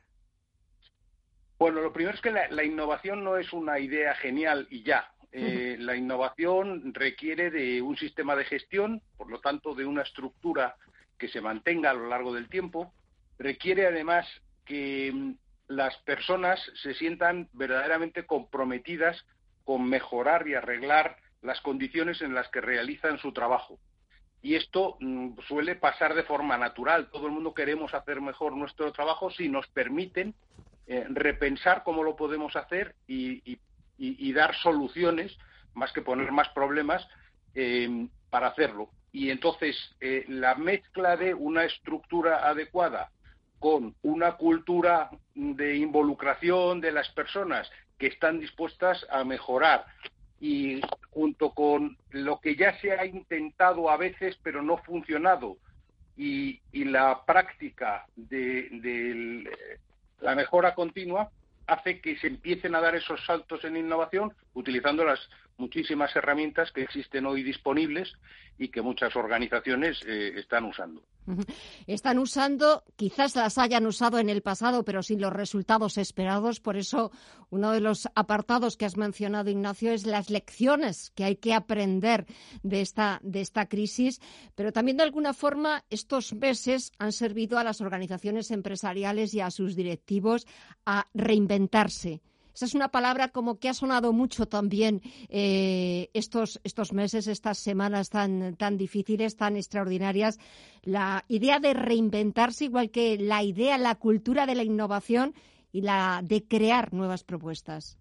Bueno, lo primero es que la, la innovación no es una idea genial y ya. Eh, uh-huh. La innovación requiere de un sistema de gestión, por lo tanto, de una estructura que se mantenga a lo largo del tiempo. Requiere además que las personas se sientan verdaderamente comprometidas con mejorar y arreglar las condiciones en las que realizan su trabajo. Y esto mm, suele pasar de forma natural. Todo el mundo queremos hacer mejor nuestro trabajo si nos permiten eh, repensar cómo lo podemos hacer y, y, y, y dar soluciones, más que poner más problemas, eh, para hacerlo. Y entonces eh, la mezcla de una estructura adecuada con una cultura de involucración de las personas que están dispuestas a mejorar, y junto con lo que ya se ha intentado a veces pero no ha funcionado, y, y la práctica de, de la mejora continua, hace que se empiecen a dar esos saltos en innovación utilizando las muchísimas herramientas que existen hoy disponibles y que muchas organizaciones eh, están usando. Están usando, quizás las hayan usado en el pasado, pero sin los resultados esperados. Por eso, uno de los apartados que has mencionado, Ignacio, es las lecciones que hay que aprender de esta, de esta crisis. Pero también, de alguna forma, estos meses han servido a las organizaciones empresariales y a sus directivos a reinventarse. Esa es una palabra como que ha sonado mucho también eh, estos, estos meses, estas semanas tan, tan difíciles, tan extraordinarias. La idea de reinventarse, igual que la idea, la cultura de la innovación y la de crear nuevas propuestas.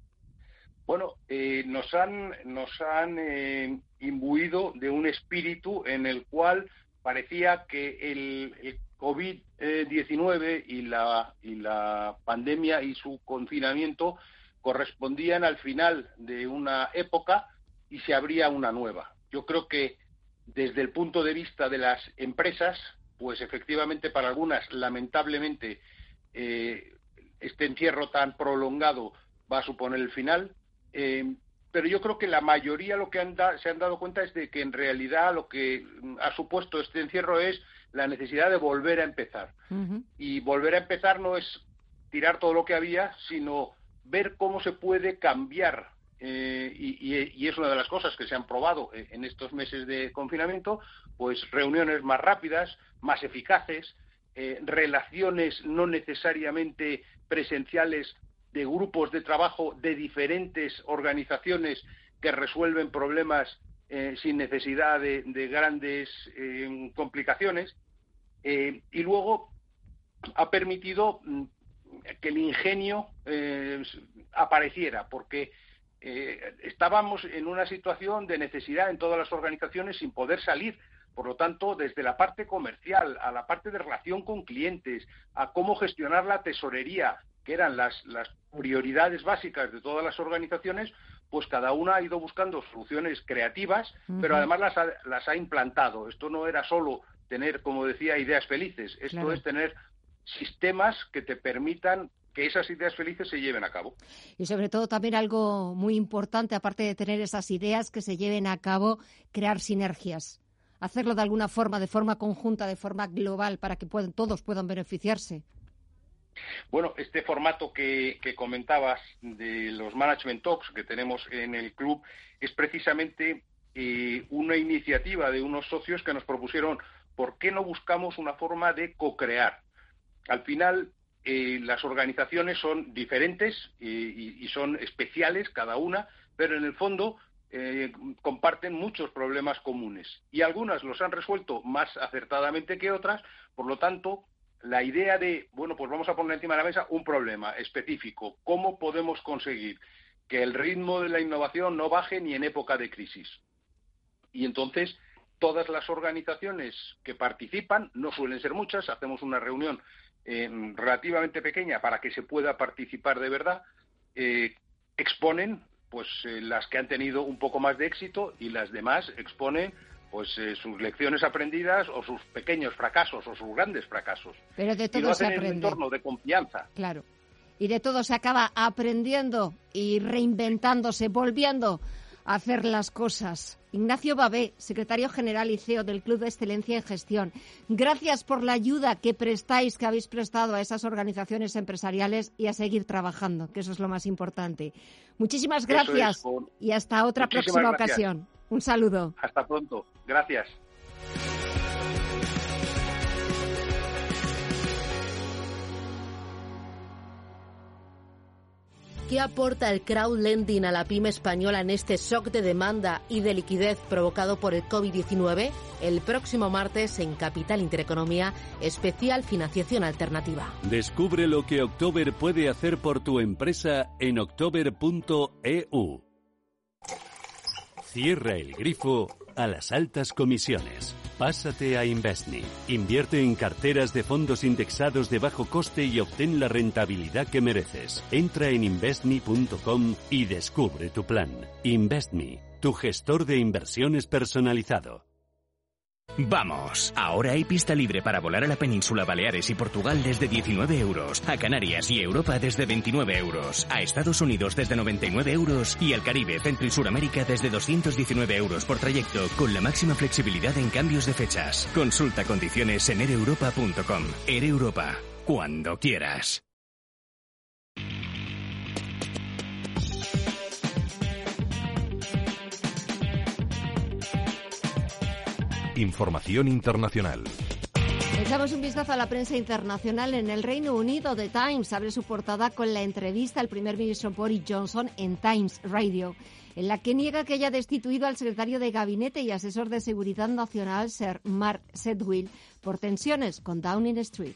Bueno, eh, nos han, nos han eh, imbuido de un espíritu en el cual parecía que el, el COVID diecinueve y la, y la pandemia y su confinamiento correspondían al final de una época y se abría una nueva. Yo creo que desde el punto de vista de las empresas, pues efectivamente para algunas, lamentablemente, eh, este encierro tan prolongado va a suponer el final, eh, pero yo creo que la mayoría lo que han da, se han dado cuenta es de que en realidad lo que ha supuesto este encierro es la necesidad de volver a empezar. Uh-huh. Y volver a empezar no es tirar todo lo que había, sino ver cómo se puede cambiar. Eh, y, y, y es una de las cosas que se han probado en estos meses de confinamiento, pues reuniones más rápidas, más eficaces, eh, relaciones no necesariamente presenciales de grupos de trabajo de diferentes organizaciones que resuelven problemas Eh, sin necesidad de, de grandes eh, complicaciones, eh, y luego ha permitido mm, que el ingenio eh, apareciera, porque eh, estábamos en una situación de necesidad en todas las organizaciones sin poder salir. Por lo tanto, desde la parte comercial a la parte de relación con clientes, a cómo gestionar la tesorería, que eran las, las prioridades básicas de todas las organizaciones, pues cada una ha ido buscando soluciones creativas, uh-huh. pero además las ha, las ha implantado. Esto no era solo tener, como decía, ideas felices. Esto claro. es tener sistemas que te permitan que esas ideas felices se lleven a cabo. Y sobre todo también algo muy importante, aparte de tener esas ideas que se lleven a cabo, crear sinergias. Hacerlo de alguna forma, de forma conjunta, de forma global, para que puedan, todos puedan beneficiarse. Bueno, este formato que, que comentabas de los Management Talks que tenemos en el club es precisamente eh, una iniciativa de unos socios que nos propusieron ¿por qué no buscamos una forma de co-crear? Al final, eh, las organizaciones son diferentes y, y, y son especiales cada una, pero en el fondo eh, comparten muchos problemas comunes y algunas los han resuelto más acertadamente que otras. Por lo tanto, la idea de, bueno, pues vamos a poner encima de la mesa un problema específico. ¿Cómo podemos conseguir que el ritmo de la innovación no baje ni en época de crisis? Y entonces, todas las organizaciones que participan, no suelen ser muchas, hacemos una reunión eh, relativamente pequeña para que se pueda participar de verdad, eh, exponen pues eh, las que han tenido un poco más de éxito y las demás exponen pues eh, sus lecciones aprendidas o sus pequeños fracasos o sus grandes fracasos. Pero de todo y lo se hacen aprende. en un entorno de confianza. Claro. Y de todo se acaba aprendiendo y reinventándose, volviendo a hacer las cosas. Ignacio Babé, secretario general y C E O del Club de Excelencia en Gestión. Gracias por la ayuda que prestáis, que habéis prestado a esas organizaciones empresariales y a seguir trabajando, que eso es lo más importante. Muchísimas gracias es, con... y hasta otra Muchísimas próxima gracias. ocasión. Un saludo. Hasta pronto. Gracias. ¿Qué aporta el crowdlending a la pyme española en este shock de demanda y de liquidez provocado por el covid diecinueve? El próximo martes en Capital Intereconomía, especial financiación alternativa. Descubre lo que October puede hacer por tu empresa en october punto e u. Cierra el grifo a las altas comisiones. Pásate a Investme. Invierte en carteras de fondos indexados de bajo coste y obtén la rentabilidad que mereces. Entra en investme punto com y descubre tu plan. Investme, tu gestor de inversiones personalizado. ¡Vamos! Ahora hay pista libre para volar a la península Baleares y Portugal desde diecinueve euros, a Canarias y Europa desde veintinueve euros, a Estados Unidos desde noventa y nueve euros y al Caribe, Centro y Suramérica desde doscientos diecinueve euros por trayecto, con la máxima flexibilidad en cambios de fechas. Consulta condiciones en air europa punto com. Air Europa, cuando quieras. Información internacional. Echamos un vistazo a la prensa internacional. En el Reino Unido, The Times abre su portada con la entrevista al primer ministro Boris Johnson en Times Radio, en la que niega que haya destituido al secretario de Gabinete y asesor de Seguridad Nacional, Sir Mark Sedwill, por tensiones con Downing Street.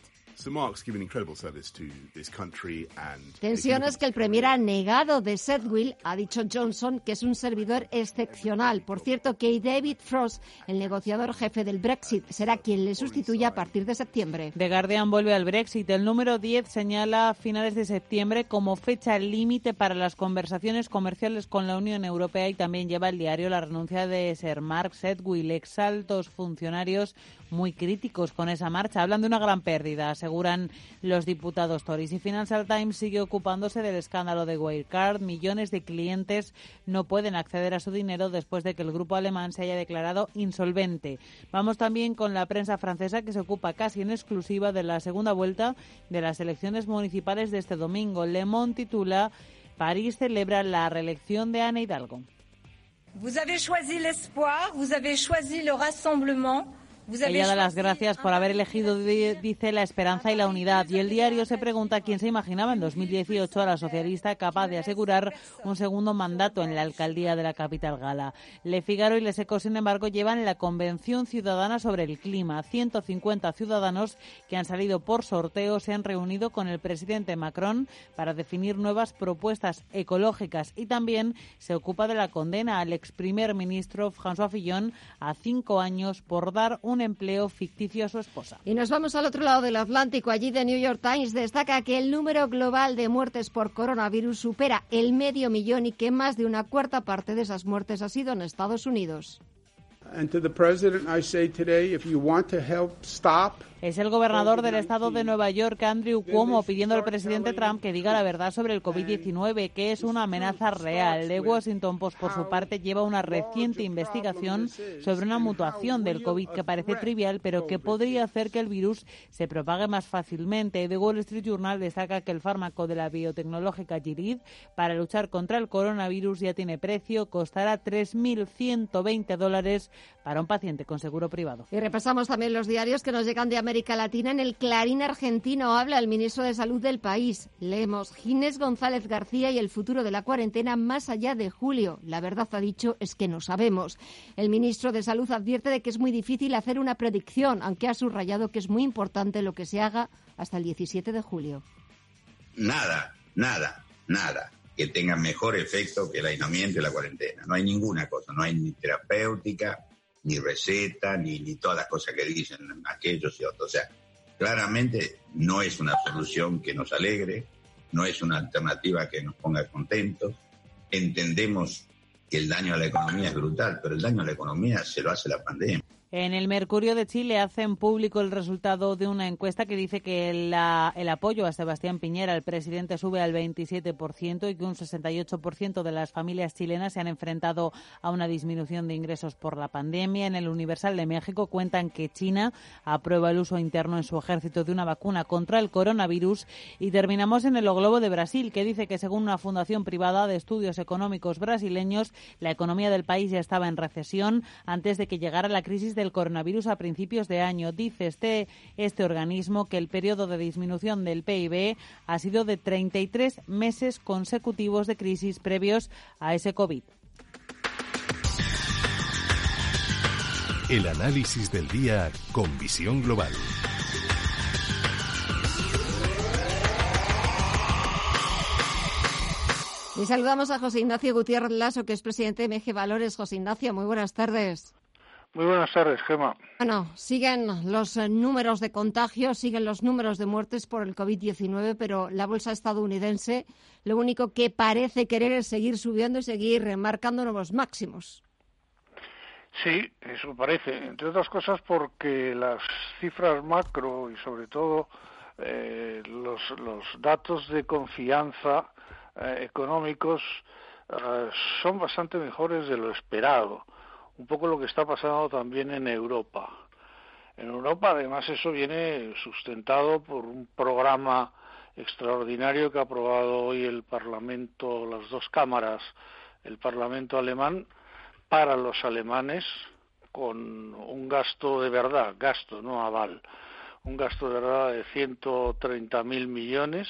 Tensiones que el Premier ha negado de Sedwill, ha dicho Johnson, que es un servidor excepcional. Por cierto, que David Frost, el negociador jefe del Brexit, será quien le sustituya a partir de septiembre. The Guardian vuelve al Brexit. El número diez señala finales de septiembre como fecha límite para las conversaciones comerciales con la Unión Europea, y también lleva el diario la renuncia de Sir Mark Sedwill. Exaltos funcionarios muy críticos con esa marcha. Hablan de una gran pérdida, aseguran los diputados Tories. Y Financial Times sigue ocupándose del escándalo de Wirecard. Millones de clientes no pueden acceder a su dinero después de que el grupo alemán se haya declarado insolvente. Vamos también con la prensa francesa, que se ocupa casi en exclusiva de la segunda vuelta de las elecciones municipales de este domingo. Le Monde titula: París celebra la reelección de Anne Hidalgo. Vous avez choisi l'espoir, vous avez choisi le rassemblement. Ella da las gracias por haber elegido, dice, la esperanza y la unidad. Y el diario se pregunta quién se imaginaba en dos mil dieciocho a la socialista capaz de asegurar un segundo mandato en la alcaldía de la capital gala. Le Figaro y Les Echos, sin embargo, llevan la Convención Ciudadana sobre el Clima. ciento cincuenta ciudadanos que han salido por sorteo se han reunido con el presidente Macron para definir nuevas propuestas ecológicas, y también se ocupa de la condena al ex primer ministro François Fillon a cinco años por dar un un empleo ficticio a su esposa. Y nos vamos al otro lado del Atlántico. Allí The New York Times destaca que el número global de muertes por coronavirus supera el medio millón y que más de una cuarta parte de esas muertes ha sido en Estados Unidos. And to the president, I say today, if you want to help stop. Es el gobernador del estado de Nueva York, Andrew Cuomo, pidiendo al presidente Trump que diga la verdad sobre el covid diecinueve, que es una amenaza real. The Washington Post, por su parte, lleva una reciente investigación sobre una mutación del COVID que parece trivial, pero que podría hacer que el virus se propague más fácilmente. The Wall Street Journal destaca que el fármaco de la biotecnológica Gilead para luchar contra el coronavirus ya tiene precio, costará tres mil ciento veinte dólares para un paciente con seguro privado. Y repasamos también los diarios que nos llegan de América América Latina en el Clarín argentino. Habla el ministro de Salud del país. Leemos: Ginés González García y el futuro de la cuarentena más allá de julio. La verdad, ha dicho, es que no sabemos. El ministro de Salud advierte de que es muy difícil hacer una predicción, aunque ha subrayado que es muy importante lo que se haga hasta el diecisiete de julio. Nada, nada, nada que tenga mejor efecto que el aislamiento y la cuarentena. No hay ninguna cosa, no hay ni terapéutica, ni receta, ni, ni todas las cosas que dicen aquellos y otros. O sea, claramente no es una solución que nos alegre, no es una alternativa que nos ponga contentos. Entendemos que el daño a la economía es brutal, pero el daño a la economía se lo hace la pandemia. En el Mercurio de Chile hacen público el resultado de una encuesta que dice que la, el apoyo a Sebastián Piñera, el presidente, sube al veintisiete por ciento y que un sesenta y ocho por ciento de las familias chilenas se han enfrentado a una disminución de ingresos por la pandemia. En el Universal de México cuentan que China aprueba el uso interno en su ejército de una vacuna contra el coronavirus. Y terminamos en el O Globo de Brasil, que dice que según una fundación privada de estudios económicos brasileños, la economía del país ya estaba en recesión antes de que llegara la crisis del coronavirus a principios de año. Dice este, este organismo que el periodo de disminución del P I B ha sido de treinta y tres meses consecutivos de crisis previos a ese COVID. El análisis del día con visión global. Y saludamos a José Ignacio Gutiérrez Lasso, que es presidente de M G Valores. José Ignacio, muy buenas tardes. Muy buenas tardes, Gemma. Bueno, siguen los eh, números de contagios, siguen los números de muertes por el COVID diecinueve, pero la bolsa estadounidense lo único que parece querer es seguir subiendo y seguir marcando nuevos máximos. Sí, eso parece, entre otras cosas porque las cifras macro y sobre todo eh, los, los datos de confianza eh, económicos eh, son bastante mejores de lo esperado. Un poco lo que está pasando también en Europa. En Europa, además, eso viene sustentado por un programa extraordinario que ha aprobado hoy el Parlamento, las dos cámaras, el Parlamento alemán, para los alemanes, con un gasto de verdad, gasto, no aval, un gasto de verdad de ciento treinta mil millones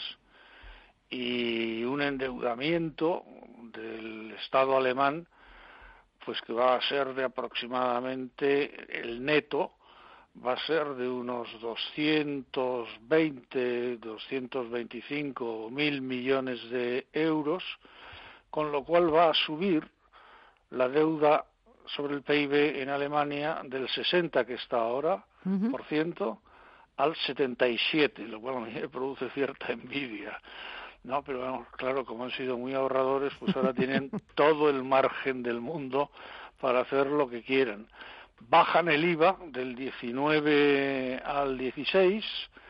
y un endeudamiento del Estado alemán pues que va a ser de aproximadamente, el neto va a ser de unos doscientos veinte, doscientos veinticinco mil millones de euros, con lo cual va a subir la deuda sobre el P I B en Alemania del sesenta que está ahora, uh-huh. por ciento, al setenta y siete, lo cual a mí me produce cierta envidia. No, pero bueno, claro, como han sido muy ahorradores, pues ahora tienen todo el margen del mundo para hacer lo que quieran. Bajan el I V A del diecinueve al dieciséis,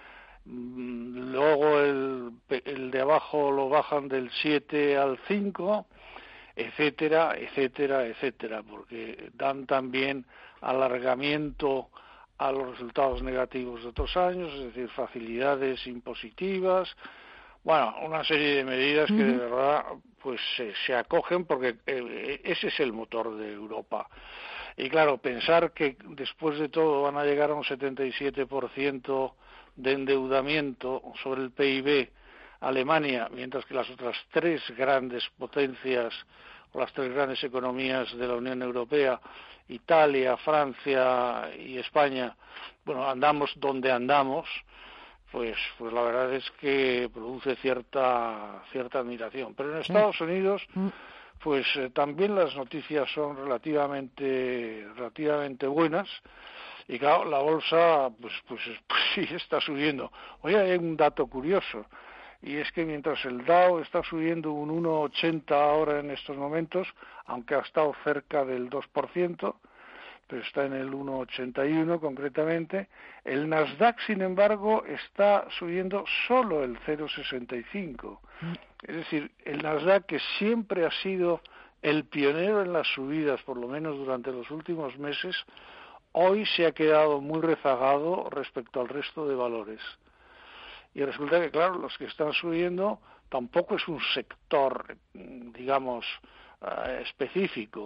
luego el, el de abajo lo bajan del siete al cinco, etcétera, etcétera, etcétera, porque dan también alargamiento a los resultados negativos de otros años, es decir, facilidades impositivas. Bueno, una serie de medidas que de verdad pues se, se acogen porque eh, ese es el motor de Europa. Y claro, pensar que después de todo van a llegar a un setenta y siete por ciento de endeudamiento sobre el P I B Alemania, mientras que las otras tres grandes potencias o las tres grandes economías de la Unión Europea, Italia, Francia y España, bueno, andamos donde andamos. Pues, pues la verdad es que produce cierta cierta admiración. Pero en Estados Unidos, pues eh, también las noticias son relativamente relativamente buenas. Y claro, la bolsa, pues, pues, pues sí está subiendo. Oye, hay un dato curioso, y es que mientras el Dow está subiendo un uno coma ochenta ahora en estos momentos, aunque ha estado cerca del dos por ciento, pero está en el uno coma ochenta y uno concretamente, el Nasdaq, sin embargo, está subiendo solo el cero coma sesenta y cinco. Es decir, el Nasdaq, que siempre ha sido el pionero en las subidas, por lo menos durante los últimos meses, hoy se ha quedado muy rezagado respecto al resto de valores. Y resulta que, claro, los que están subiendo tampoco es un sector, digamos, uh, específico.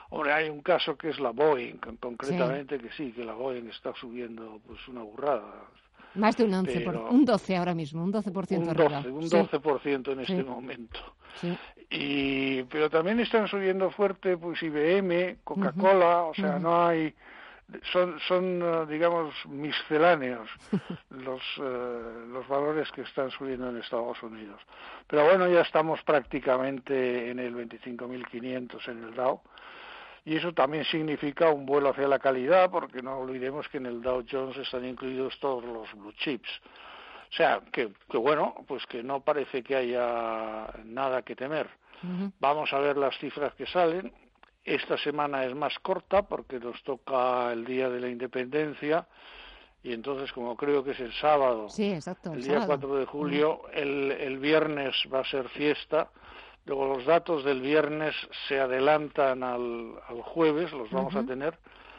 Hombre, hay un caso que es la Boeing, concretamente, sí. que sí, que la Boeing está subiendo pues una burrada. Más de un once, pero, por, un doce ahora mismo, un doce por ciento. Un doce, un doce por ciento sí. en este sí. momento. Sí. Y pero también están subiendo fuerte pues I B M, Coca-Cola, uh-huh. o sea, uh-huh. no hay son son digamos misceláneos los uh, los valores que están subiendo en Estados Unidos. Pero bueno, ya estamos prácticamente en el veinticinco mil quinientos en el Dow. Y eso también significa un vuelo hacia la calidad, porque no olvidemos que en el Dow Jones están incluidos todos los blue chips. O sea, que, que bueno, pues que no parece que haya nada que temer. Uh-huh. Vamos a ver las cifras que salen. Esta semana es más corta porque nos toca el Día de la Independencia y entonces, como creo que es el sábado, sí, exacto, el, el día sábado. cuatro de julio, uh-huh. el, el viernes va a ser fiesta. Luego los datos del viernes se adelantan al, al jueves, los vamos uh-huh. a tener,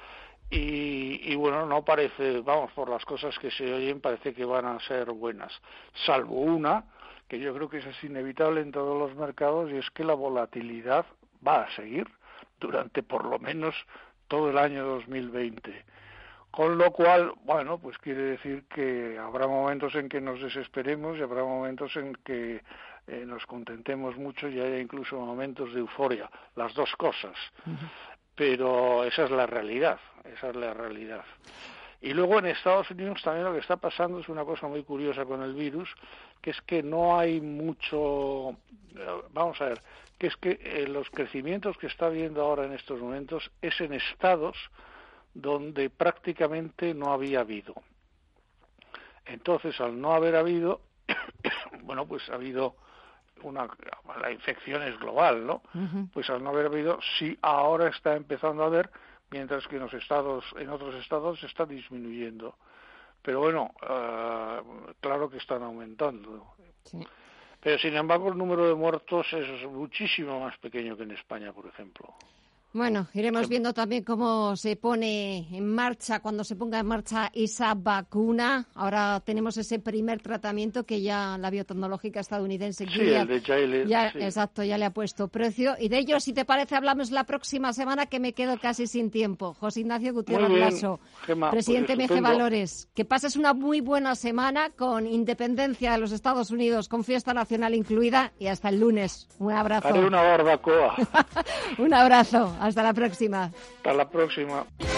y, y bueno, no parece, vamos, por las cosas que se oyen, parece que van a ser buenas, salvo una, que yo creo que eso es inevitable en todos los mercados, y es que la volatilidad va a seguir durante por lo menos todo el año dos mil veinte. Con lo cual, bueno, pues quiere decir que habrá momentos en que nos desesperemos y habrá momentos en que eh, nos contentemos mucho y haya incluso momentos de euforia, las dos cosas. Uh-huh. Pero esa es la realidad, esa es la realidad. Y luego en Estados Unidos también lo que está pasando es una cosa muy curiosa con el virus, que es que no hay mucho, vamos a ver, que es que eh, los crecimientos que está habiendo ahora en estos momentos es en estados donde prácticamente no había habido. Entonces, al no haber habido, bueno, pues ha habido una, la infección es global, ¿no? Uh-huh. Pues al no haber habido, sí ahora está empezando a haber, mientras que en los estados, en otros estados se está disminuyendo. Pero bueno, uh, claro que están aumentando. Sí. Pero sin embargo el número de muertos es muchísimo más pequeño que en España, por ejemplo. Bueno, iremos viendo también cómo se pone en marcha, cuando se ponga en marcha esa vacuna. Ahora tenemos ese primer tratamiento que ya la biotecnológica estadounidense sí, el de Gilead, ya, sí. exacto, ya le ha puesto precio. Y de ello, si te parece, hablamos la próxima semana, que me quedo casi sin tiempo. José Ignacio Gutiérrez Lasso, presidente pues M G Valores. Que pases una muy buena semana con independencia de los Estados Unidos, con fiesta nacional incluida, y hasta el lunes. Un abrazo. Haré una barbacoa. Un abrazo. Hasta la próxima. Hasta la próxima.